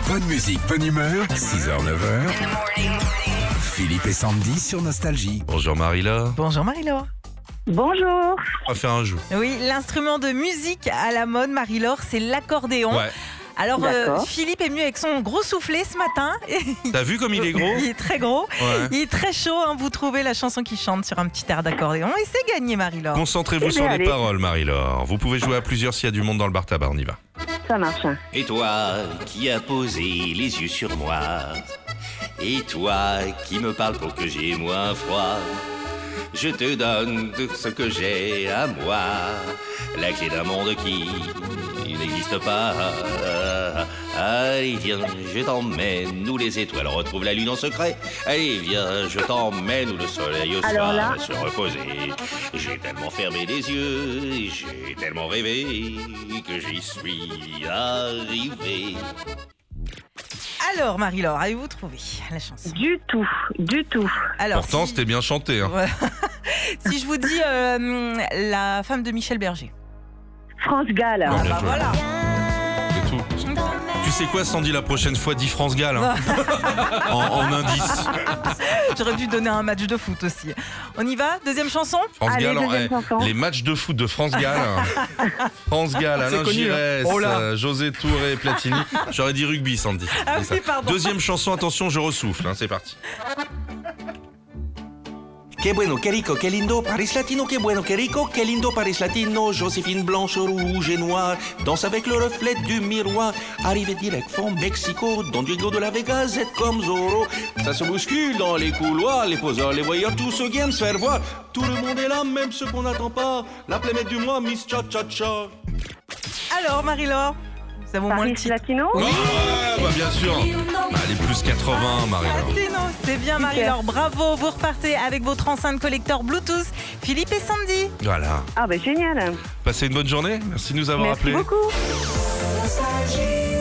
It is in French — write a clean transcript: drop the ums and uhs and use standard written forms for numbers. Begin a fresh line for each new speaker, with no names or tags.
Bonne musique, bonne humeur, 6h, 9h. Philippe et Sandy sur Nostalgie.
Bonjour Marie-Laure.
Bonjour Marie-Laure.
Bonjour.
On va faire un jeu.
Oui, l'instrument de musique à la mode, Marie-Laure, c'est l'accordéon.
Ouais.
Alors,
D'accord.
Philippe est venu avec son gros soufflet ce matin.
T'as vu comme il est gros?
Il est très gros.
Ouais.
Il est très chaud. Hein. Vous trouvez la chanson qui chante sur un petit air d'accordéon. Et c'est gagné, Marie-Laure.
Concentrez-vous
Eh
sur
bien,
les
allez.
paroles, Marie-Laure. Vous pouvez jouer à plusieurs s'il y a du monde dans le bar tabac. On y va.
Ça marche.
Et toi qui as posé les yeux sur moi, et toi qui me parles pour que j'ai moins froid, je te donne tout ce que j'ai à moi, la clé d'un monde qui n'existe pas. Allez viens, je t'emmène où les étoiles retrouvent la lune en secret. Allez viens, je t'emmène où le soleil au
Alors
soir
là-
va se reposer. J'ai tellement fermé les yeux, j'ai tellement rêvé que j'y suis arrivé.
Alors, Marie-Laure, avez-vous trouvé la chanson?
Du tout.
Alors,
Pourtant,
si...
c'était bien chanté. Hein.
Voilà. Si je vous dis la femme de Michel Berger.
France Gall.
Non,
Ah
bien
bah
joué.
voilà.
C'est tout. Tu sais quoi, Sandy, la prochaine fois, dis France Gall. Hein. en indice.
J'aurais dû donner un match de foot aussi. On y va? Deuxième chanson?
France
Allez,
Gall,
deuxième chanson.
les matchs de foot de France Gall. France Gall, Alain
connu,
Giresse,
hein. Oh là.
José Touré, Platini. J'aurais dit rugby, Sandy.
Ah
C'est
oui,
ça.
pardon.
Deuxième chanson, attention, je ressouffle. Hein, c'est parti.
Que bueno, que rico, que lindo, Paris latino, que bueno, que rico, que lindo, Paris latino, Joséphine blanche, rouge et noire, danse avec le reflet du miroir, arrivé direct from Mexico, Don Diego de la Vega, Z comme Zorro, ça se bouscule dans les couloirs, les poseurs, les voyeurs, tous ceux qui aiment se faire voir, tout le monde est là, même ceux qu'on n'attend pas, la planète du mois, Miss Cha Cha Cha.
Alors, Marie-Laure, ça vaut moins le
Paris
titre.
Latino.
Ouais, bah bien sûr. Bah, les plus 80, Marie-Laure.
Latino, c'est bien Marie-Laure, bravo, vous repartez avec votre enceinte collector Bluetooth, Philippe et Sandy.
Voilà.
Ah bah génial.
Passez une bonne journée. Merci de nous avoir
Merci
appelés.
beaucoup.
Nostalgie.